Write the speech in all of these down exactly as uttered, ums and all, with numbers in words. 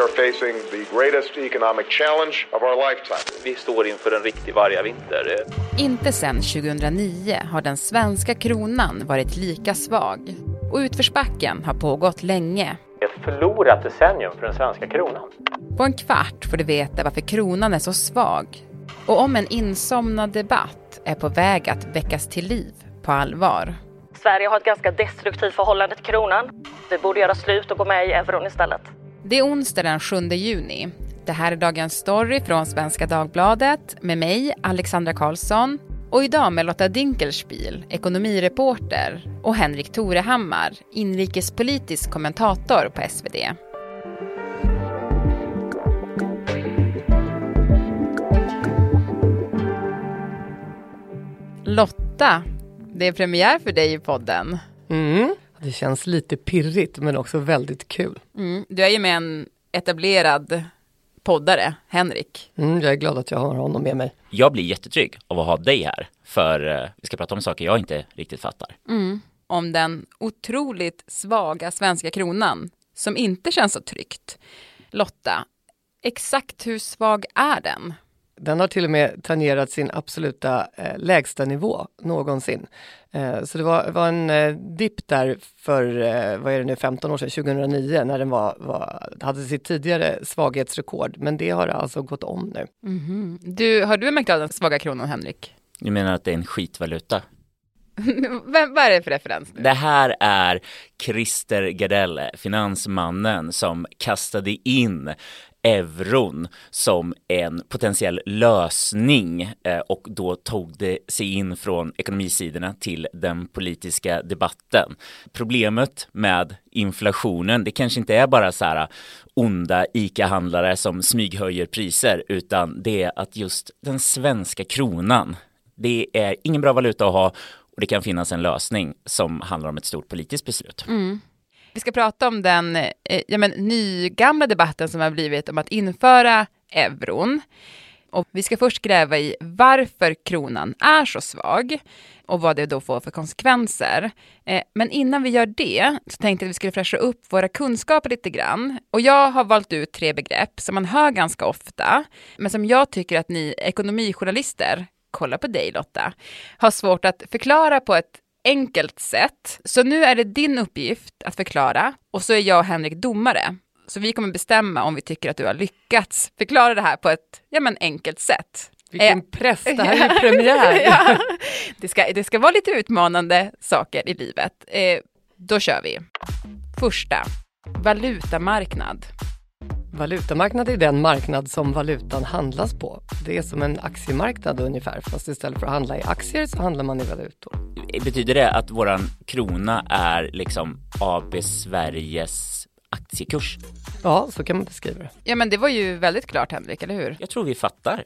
are facing the greatest economic challenge of our lifetime. Vi står inför en riktig vargavinter. Inte sedan tjugohundranio har den svenska kronan varit lika svag. Och utförsbacken har pågått länge. Ett förlorat decennium för den svenska kronan. På en kvart får du veta varför kronan är så svag. Och om en insomnad debatt är på väg att väckas till liv på allvar. Sverige har ett ganska destruktivt förhållande till kronan. Vi borde göra slut och gå med i euron istället. Det är onsdag den sjunde juni. Det här är dagens story från Svenska Dagbladet med mig, Alexandra Karlsson. Och idag med Lotta Dinkelspiel, ekonomireporter, och Henrik Torehammar, inrikespolitisk kommentator på S V D. Lotta, det är premiär för dig i podden. Mm, det känns lite pirrigt men också väldigt kul. Mm, du är ju med en etablerad poddare, Henrik. Mm, jag är glad att jag har honom med mig. Jag blir jättetrygg av att ha dig här, för uh, vi ska prata om saker jag inte riktigt fattar. Mm, om den otroligt svaga svenska kronan som inte känns så tryggt. Lotta, exakt hur svag är den? Den har till och med tangerat sin absoluta eh, lägsta nivå någonsin. Eh, så det var, var en eh, dipp där för, eh, vad är det nu, femton år sedan, tjugohundranio, när den var, var, hade sitt tidigare svaghetsrekord. Men det har alltså gått om nu. Mm-hmm. Du, har du märkt av den svaga kronan, Henrik? Du menar att det är en skitvaluta? Vem, vad är det för referens nu? Det här är Christer Gardell, finansmannen som kastade in euron som en potentiell lösning eh, och då tog det sig in från ekonomisidorna till den politiska debatten. Problemet med inflationen, det kanske inte är bara så här onda ICA-handlare som smyghöjer priser, utan det är att just den svenska kronan, det är ingen bra valuta att ha, och det kan finnas en lösning som handlar om ett stort politiskt beslut. Mm. Vi ska prata om den eh, ja, men, nygamla debatten som har blivit om att införa euron. Och vi ska först gräva i varför kronan är så svag och vad det då får för konsekvenser. Eh, men innan vi gör det så tänkte jag att vi skulle fräscha upp våra kunskaper lite grann. Och jag har valt ut tre begrepp som man hör ganska ofta, men som jag tycker att ni ekonomijournalister, kolla på dig Lotta, har svårt att förklara på ett enkelt sätt. Så nu är det din uppgift att förklara, och så är jag och Henrik domare. Så vi kommer bestämma om vi tycker att du har lyckats förklara det här på ett ja, men enkelt sätt. Vilken eh, press, det här är ju premiär. ja, det, ska, det ska vara lite utmanande saker i livet. Eh, då kör vi. Första, valutamarknad. Valutamarknad är den marknad som valutan handlas på. Det är som en aktiemarknad ungefär, fast istället för att handla i aktier så handlar man i valutor. Betyder det att våran krona är liksom A B Sveriges aktiekurs? Ja, så kan man beskriva det. Ja, men det var ju väldigt klart, Henrik, eller hur? Jag tror vi fattar.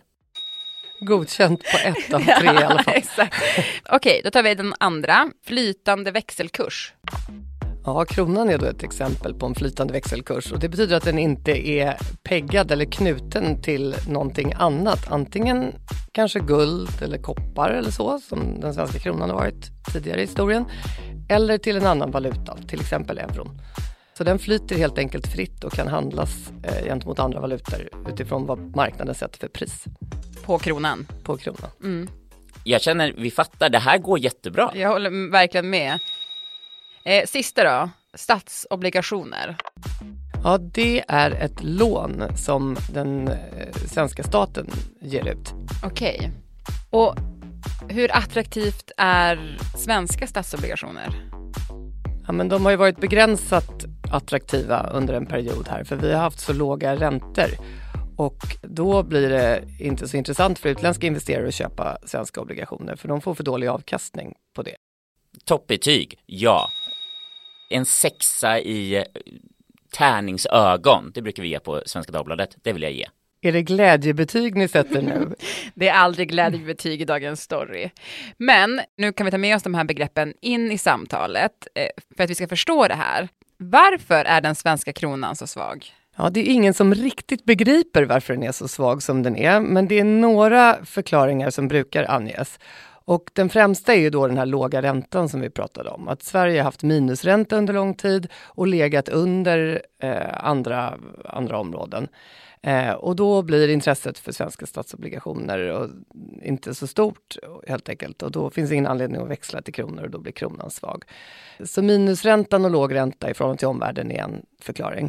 Godkänt på ett av tre i alla fall. Exakt. Okej, då tar vi den andra. Flytande växelkurs. Ja, kronan är då ett exempel på en flytande växelkurs, och det betyder att den inte är peggad eller knuten till någonting annat. Antingen kanske guld eller koppar eller så, som den svenska kronan har varit tidigare i historien, eller till en annan valuta, till exempel euron. Så den flyter helt enkelt fritt och kan handlas eh, gentemot andra valutor utifrån vad marknaden sätter för pris. På kronan. På kronan. Mm. Jag känner, vi fattar, det här går jättebra. Jag håller verkligen med. Eh, sista då, statsobligationer. Ja, det är ett lån som den eh, svenska staten ger ut. Okej. Och hur attraktivt är svenska statsobligationer? Ja, men de har ju varit begränsat attraktiva under en period här, för vi har haft så låga räntor. Och då blir det inte så intressant för utländska investerare att köpa svenska obligationer, för de får för dålig avkastning på det. Toppbetyg, ja. En sexa i tärningsögon, det brukar vi ge på Svenska Dagbladet, det vill jag ge. Är det glädjebetyg ni sätter nu? Det är aldrig glädjebetyg i dagens story. Men nu kan vi ta med oss de här begreppen in i samtalet för att vi ska förstå det här. Varför är den svenska kronan så svag? Ja, det är ingen som riktigt begriper varför den är så svag som den är, men det är några förklaringar som brukar anges. Och den främsta är ju då den här låga räntan som vi pratade om. Att Sverige har haft minusränta under lång tid och legat under eh, andra, andra områden. Eh, och då blir intresset för svenska statsobligationer och inte så stort helt enkelt. Och då finns ingen anledning att växla till kronor och då blir kronan svag. Så minusräntan och låg ränta i förhållande till omvärlden är en förklaring.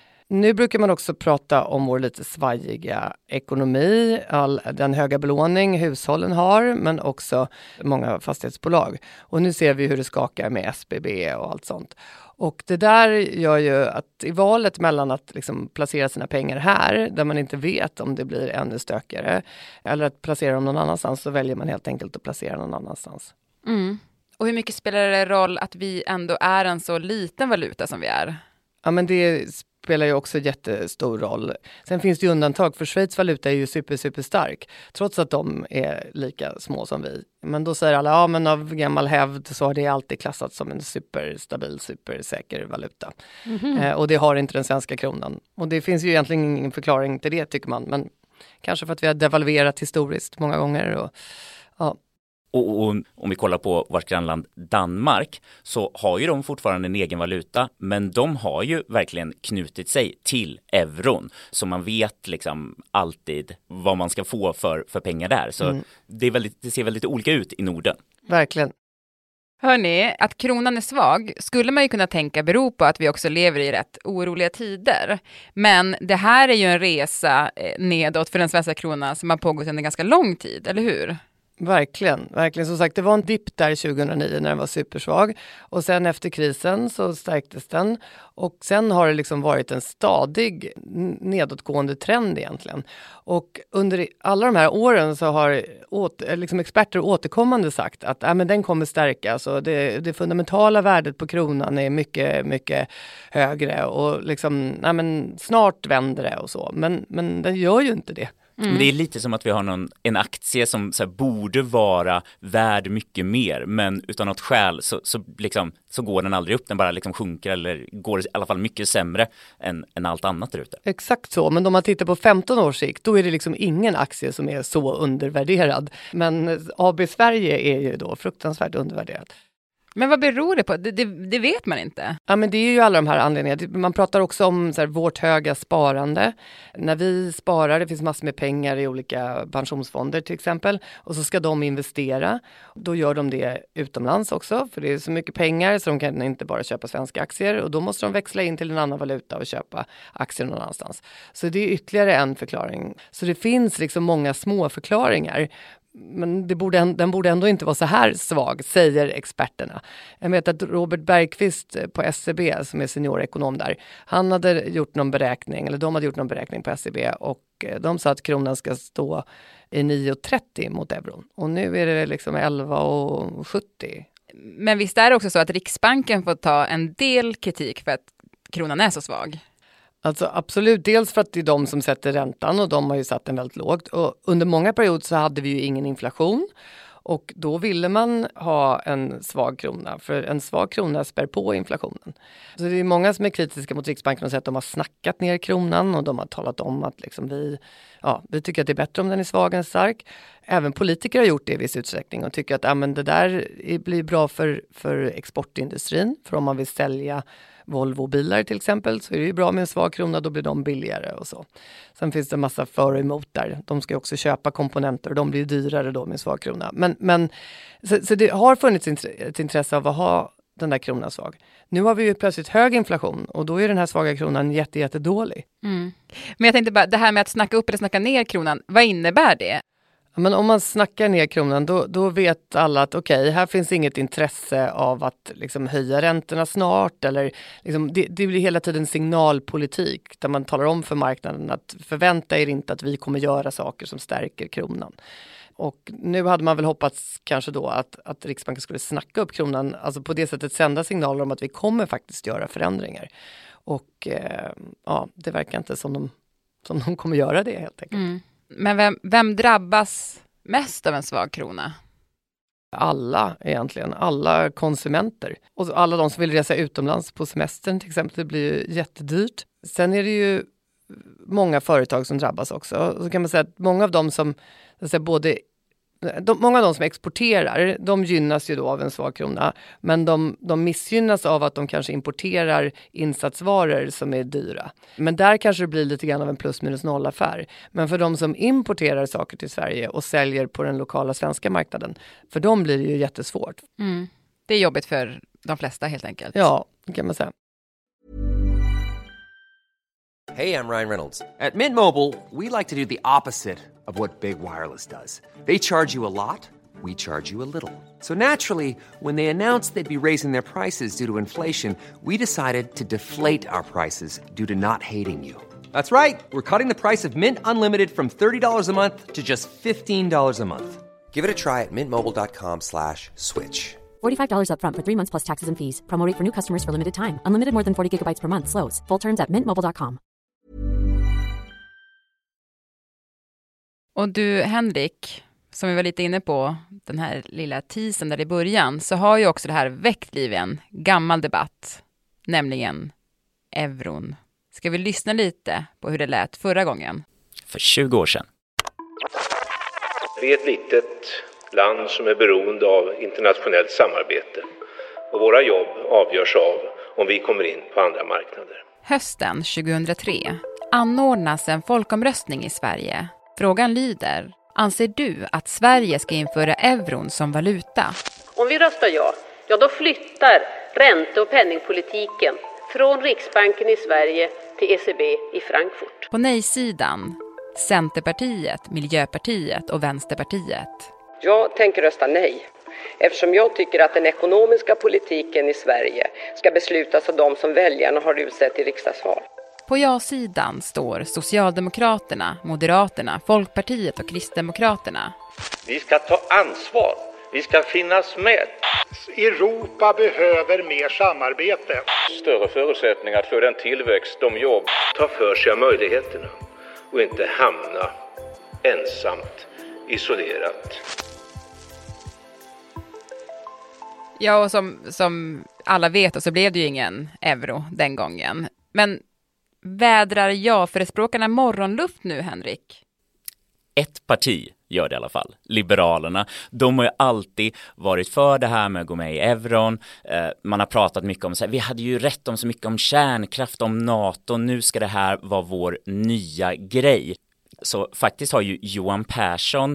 Nu brukar man också prata om vår lite svajiga ekonomi, all den höga belåning hushållen har, men också många fastighetsbolag. Och nu ser vi hur det skakar med S B B och allt sånt. Och det där gör ju att i valet mellan att liksom placera sina pengar här, där man inte vet om det blir ännu stökigare, eller att placera dem någon annanstans, så väljer man helt enkelt att placera någon annanstans. Mm. Och hur mycket spelar det roll att vi ändå är en så liten valuta som vi är? Ja, men det spelar ju också jättestor roll. Sen finns det ju undantag, för Schweiz valuta är ju super, super stark, trots att de är lika små som vi. Men då säger alla, ja men av gammal hävd så har det alltid klassats som en superstabil, supersäker valuta. Mm-hmm. Eh, och det har inte den svenska kronan. Och det finns ju egentligen ingen förklaring till det, tycker man. Men kanske för att vi har devalverat historiskt många gånger. Och, ja. Och, och om vi kollar på vårt grannland Danmark, så har ju de fortfarande en egen valuta, men de har ju verkligen knutit sig till euron, så man vet liksom alltid vad man ska få för, för pengar där. Så mm. det, är väldigt, det ser väldigt olika ut i Norden. Verkligen. Hörrni, att kronan är svag skulle man ju kunna tänka beror på att vi också lever i rätt oroliga tider. Men det här är ju en resa nedåt för den svenska kronan som har pågått under ganska lång tid, eller hur? Verkligen, verkligen. Som sagt, det var en dipp där tjugohundranio när den var supersvag. Och sen efter krisen så stärktes den. Och sen har det liksom varit en stadig nedåtgående trend egentligen. Och under alla de här åren så har åter, liksom experter återkommande sagt att äh, men den kommer stärkas. Och det, det fundamentala värdet på kronan är mycket, mycket högre. Och liksom, äh, men snart vänder det och så. Men, men den gör ju inte det. Mm. Men det är lite som att vi har någon, en aktie som så här, borde vara värd mycket mer, men utan något skäl så, så, liksom, så går den aldrig upp, den bara liksom sjunker eller går i alla fall mycket sämre än, än allt annat där ute. Exakt så, men om man tittar på femton års sikt, då är det liksom ingen aktie som är så undervärderad. Men A B Sverige är ju då fruktansvärt undervärderad. Men vad beror det på? Det, det, det vet man inte. Ja, men det är ju alla de här anledningarna. Man pratar också om så här, vårt höga sparande. När vi sparar, det finns massor med pengar i olika pensionsfonder till exempel. Och så ska de investera. Då gör de det utomlands också. För det är så mycket pengar så de kan inte bara köpa svenska aktier. Och då måste de växla in till en annan valuta och köpa aktier någon annanstans. Så det är ytterligare en förklaring. Så det finns liksom många små förklaringar. Men det borde, den borde ändå inte vara så här svag, säger experterna. Jag vet att Robert Bergqvist på S E B, som är seniorekonom där, han hade gjort någon beräkning, eller de hade gjort någon beräkning på S E B, och de sa att kronan ska stå i nio trettio mot euron. Och nu är det liksom elva sjuttio. Men visst är det också så att Riksbanken får ta en del kritik för att kronan är så svag? Alltså absolut, dels för att det är de som sätter räntan och de har ju satt den väldigt lågt. Och under många perioder så hade vi ju ingen inflation och då ville man ha en svag krona, för en svag krona spär på inflationen. Så det är många som är kritiska mot Riksbanken och säger att de har snackat ner kronan och de har talat om att liksom vi, ja, vi tycker att det är bättre om den är svag än stark. Även politiker har gjort det i viss utsträckning och tycker att ja, men det där blir bra för, för exportindustrin, för om man vill sälja Volvo-bilar till exempel så är det ju bra med en svag krona, då blir de billigare och så. Sen finns det en massa för och emot där. De ska också köpa komponenter och de blir dyrare då med en svag krona. Men, men så, så det har funnits ett intresse av att ha den där kronan svag. Nu har vi ju plötsligt hög inflation och då är den här svaga kronan jätte, jätte dålig. Mm. Men jag tänkte bara, det här med att snacka upp eller snacka ner kronan, vad innebär det? Men om man snackar ner kronan då, då vet alla att okej, okay, här finns inget intresse av att liksom höja räntorna snart. Eller liksom, det, det blir hela tiden signalpolitik där man talar om för marknaden att förvänta er inte att vi kommer göra saker som stärker kronan. Och nu hade man väl hoppats kanske då att, att Riksbanken skulle snacka upp kronan, alltså på det sättet sända signaler om att vi kommer faktiskt göra förändringar. Och eh, ja, det verkar inte som de, som de kommer göra det helt enkelt. Mm. Men vem, vem drabbas mest av en svag krona? Alla egentligen, alla konsumenter. Och alla de som vill resa utomlands på semestern till exempel, det blir ju jättedyrt. Sen är det ju många företag som drabbas också. Så kan man säga att många av dem som så att säga, både De, många av de som exporterar, de gynnas ju då av en svag krona. Men de, de missgynnas av att de kanske importerar insatsvaror som är dyra. Men där kanske det blir lite grann av en plus minus noll affär. Men för de som importerar saker till Sverige och säljer på den lokala svenska marknaden, för dem blir det ju jättesvårt. Mm. Det är jobbigt för de flesta helt enkelt. Ja, det kan man säga. Hey, I'm Ryan Reynolds. At Mint Mobile, we like to do the opposite of what Big Wireless does. They charge you a lot, we charge you a little. So naturally, when they announced they'd be raising their prices due to inflation, we decided to deflate our prices due to not hating you. That's right. We're cutting the price of Mint Unlimited from thirty dollars a month to just fifteen dollars a month. Give it a try at mintmobile.com slash switch. forty-five dollars up front for three months plus taxes and fees. Promo rate for new customers for limited time. Unlimited more than forty gigabytes per month. Slows full terms at mint mobile dot com. Och du, Henrik, som vi var lite inne på, den här lilla teasern där i början, så har ju också det här väckt liv i en gammal debatt, nämligen euron. Ska vi lyssna lite på hur det lät förra gången? För tjugo år sedan. Vi är ett litet land som är beroende av internationellt samarbete. Och våra jobb avgörs av om vi kommer in på andra marknader. Hösten tjugohundratre anordnas en folkomröstning i Sverige. Frågan lyder: anser du att Sverige ska införa euron som valuta? Om vi röstar ja, ja då flyttar ränte- och penningpolitiken från Riksbanken i Sverige till E C B i Frankfurt. På nej-sidan Centerpartiet, Miljöpartiet och Vänsterpartiet. Jag tänker rösta nej, eftersom jag tycker att den ekonomiska politiken i Sverige ska beslutas av de som väljarna har utsett i riksdagsval. På ja-sidan står Socialdemokraterna, Moderaterna, Folkpartiet och Kristdemokraterna. Vi ska ta ansvar. Vi ska finnas med. Europa behöver mer samarbete. Större förutsättningar att få den tillväxt, de jobb. Ta för sig av möjligheterna och inte hamna ensamt, isolerat. Ja, och som, som alla vet så blev det ju ingen euro den gången. Men vädrar ja-förespråkarna morgonluft nu, Henrik? Ett parti gör det i alla fall, Liberalerna. De har ju alltid varit för det här med att gå med i euron. Eh, man har pratat mycket om så här, vi hade ju rätt om så mycket om kärnkraft, om NATO. Nu ska det här vara vår nya grej. Så faktiskt har ju Johan Persson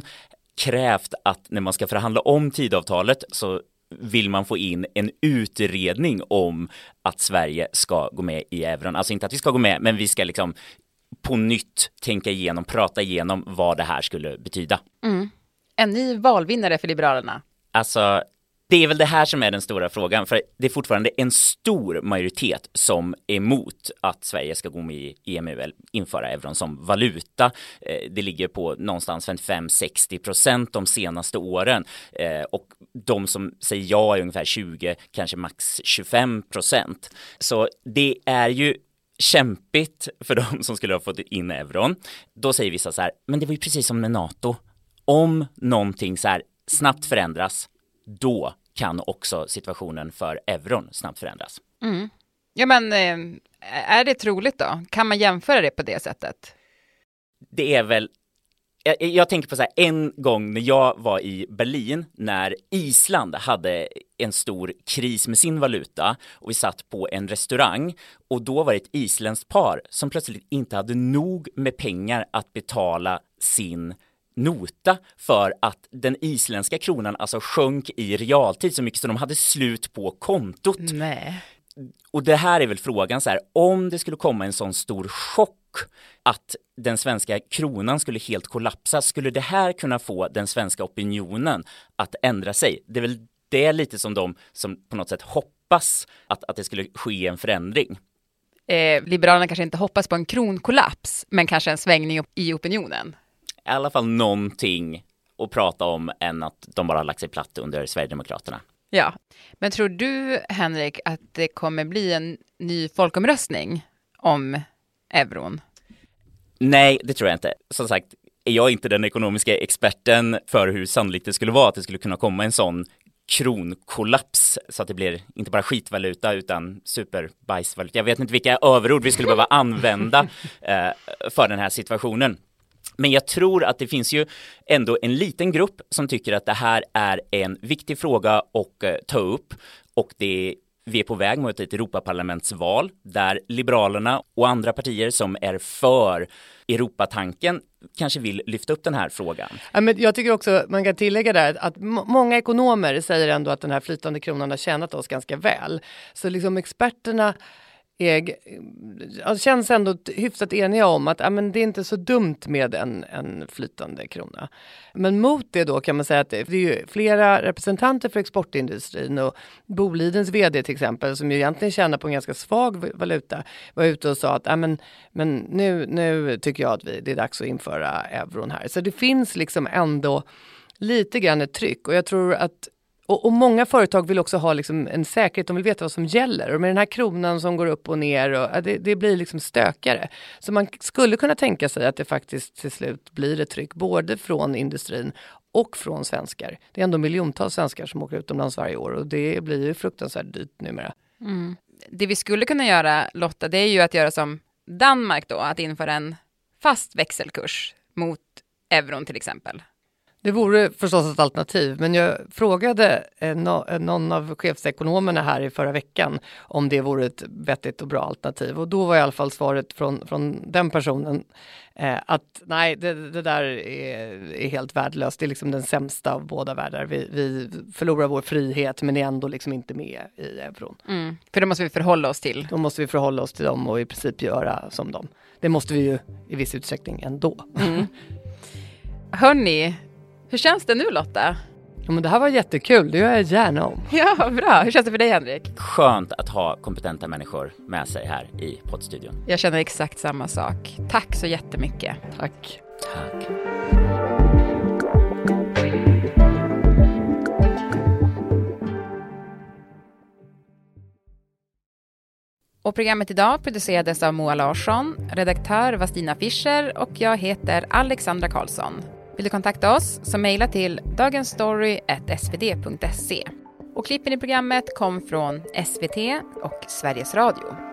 krävt att när man ska förhandla om tidavtalet så vill man få in en utredning om att Sverige ska gå med i euron. Alltså inte att vi ska gå med, men vi ska liksom på nytt tänka igenom, prata igenom vad det här skulle betyda. Mm. En ny valvinnare för Liberalerna. Alltså, det är väl det här som är den stora frågan. För det är fortfarande en stor majoritet som är emot att Sverige ska gå med i E M U eller införa euron som valuta. Det ligger på någonstans femtiofem till sextio procent de senaste åren. Och de som säger ja är ungefär tjugo, kanske max tjugofem procent. Så det är ju kämpigt för de som skulle ha fått in euron. Då säger vissa så här, men det var ju precis som med NATO. Om någonting så här snabbt förändras, då kan också situationen för euron snabbt förändras. Mm. Ja, men är det troligt då? Kan man jämföra det på det sättet? Det är väl, jag, jag tänker på så här, en gång när jag var i Berlin när Island hade en stor kris med sin valuta och vi satt på en restaurang och då var det ett isländskt par som plötsligt inte hade nog med pengar att betala sin nota för att den isländska kronan alltså sjönk i realtid så mycket så de hade slut på kontot. Nej. Och det här är väl frågan så här, om det skulle komma en sån stor chock att den svenska kronan skulle helt kollapsa, skulle det här kunna få den svenska opinionen att ändra sig? Det är väl det lite som de som på något sätt hoppas att, att det skulle ske en förändring. Eh, Liberalerna kanske inte hoppas på en kronkollaps, men kanske en svängning i opinionen. I alla fall någonting att prata om än att de bara har lagt sig platt under Sverigedemokraterna. Ja, men tror du, Henrik, att det kommer bli en ny folkomröstning om euron? Nej, det tror jag inte. Som sagt, är jag inte den ekonomiska experten för hur sannolikt det skulle vara att det skulle kunna komma en sån kronkollaps så att det blir inte bara skitvaluta utan superbajsvaluta. Jag vet inte vilka överord vi skulle behöva använda eh, för den här situationen. Men jag tror att det finns ju ändå en liten grupp som tycker att det här är en viktig fråga att eh, ta upp, och det vi är på väg mot ett Europaparlamentsval där Liberalerna och andra partier som är för Europatanken kanske vill lyfta upp den här frågan. Ja, men jag tycker också man kan tillägga där att m- många ekonomer säger ändå att den här flytande kronan har tjänat oss ganska väl. Så liksom experterna är, alltså känns ändå hyfsat eniga om att ja, men det är inte så dumt med en, en flytande krona. Men mot det då kan man säga att det, det är ju flera representanter för exportindustrin, och Bolidens vd till exempel, som ju egentligen tjänar på en ganska svag valuta, var ute och sa att ja, men, men nu, nu tycker jag att vi, det är dags att införa euron här. Så det finns liksom ändå lite grann ett tryck, och jag tror att Och, och många företag vill också ha liksom en säkerhet, de vill veta vad som gäller. Och med den här kronan som går upp och ner, och, ja, det, det blir liksom stökare. Så man skulle kunna tänka sig att det faktiskt till slut blir ett tryck både från industrin och från svenskar. Det är ändå miljontals svenskar som åker utomlands varje år, och det blir ju fruktansvärt dyrt numera. Mm. Det vi skulle kunna göra, Lotta, det är ju att göra som Danmark då, att införa en fast växelkurs mot euron till exempel. Det vore förstås ett alternativ, men jag frågade eh, no, eh, någon av chefsekonomerna här i förra veckan om det vore ett vettigt och bra alternativ. Och då var i alla fall svaret från, från den personen eh, att nej, det, det där är, är helt värdelöst. Det är liksom den sämsta av båda världar. Vi, vi förlorar vår frihet men är ändå liksom inte med i euron. Mm, för då måste vi förhålla oss till. Då måste vi förhålla oss till dem och i princip göra som dem. Det måste vi ju i viss utsträckning ändå. Mm. Hörrni, hur känns det nu, Lotta? Ja, men det här var jättekul, det gör jag gärna om. Ja, bra. Hur känns det för dig, Henrik? Skönt att ha kompetenta människor med sig här i poddstudion. Jag känner exakt samma sak. Tack så jättemycket. Tack. Tack. Och programmet idag producerades av Moa Larsson, redaktör var Stina Fischer och jag heter Alexandra Karlsson. Vill du kontakta oss så mejla till dagensstory at s v d punkt se. Och klippen i programmet kom från S V T och Sveriges Radio.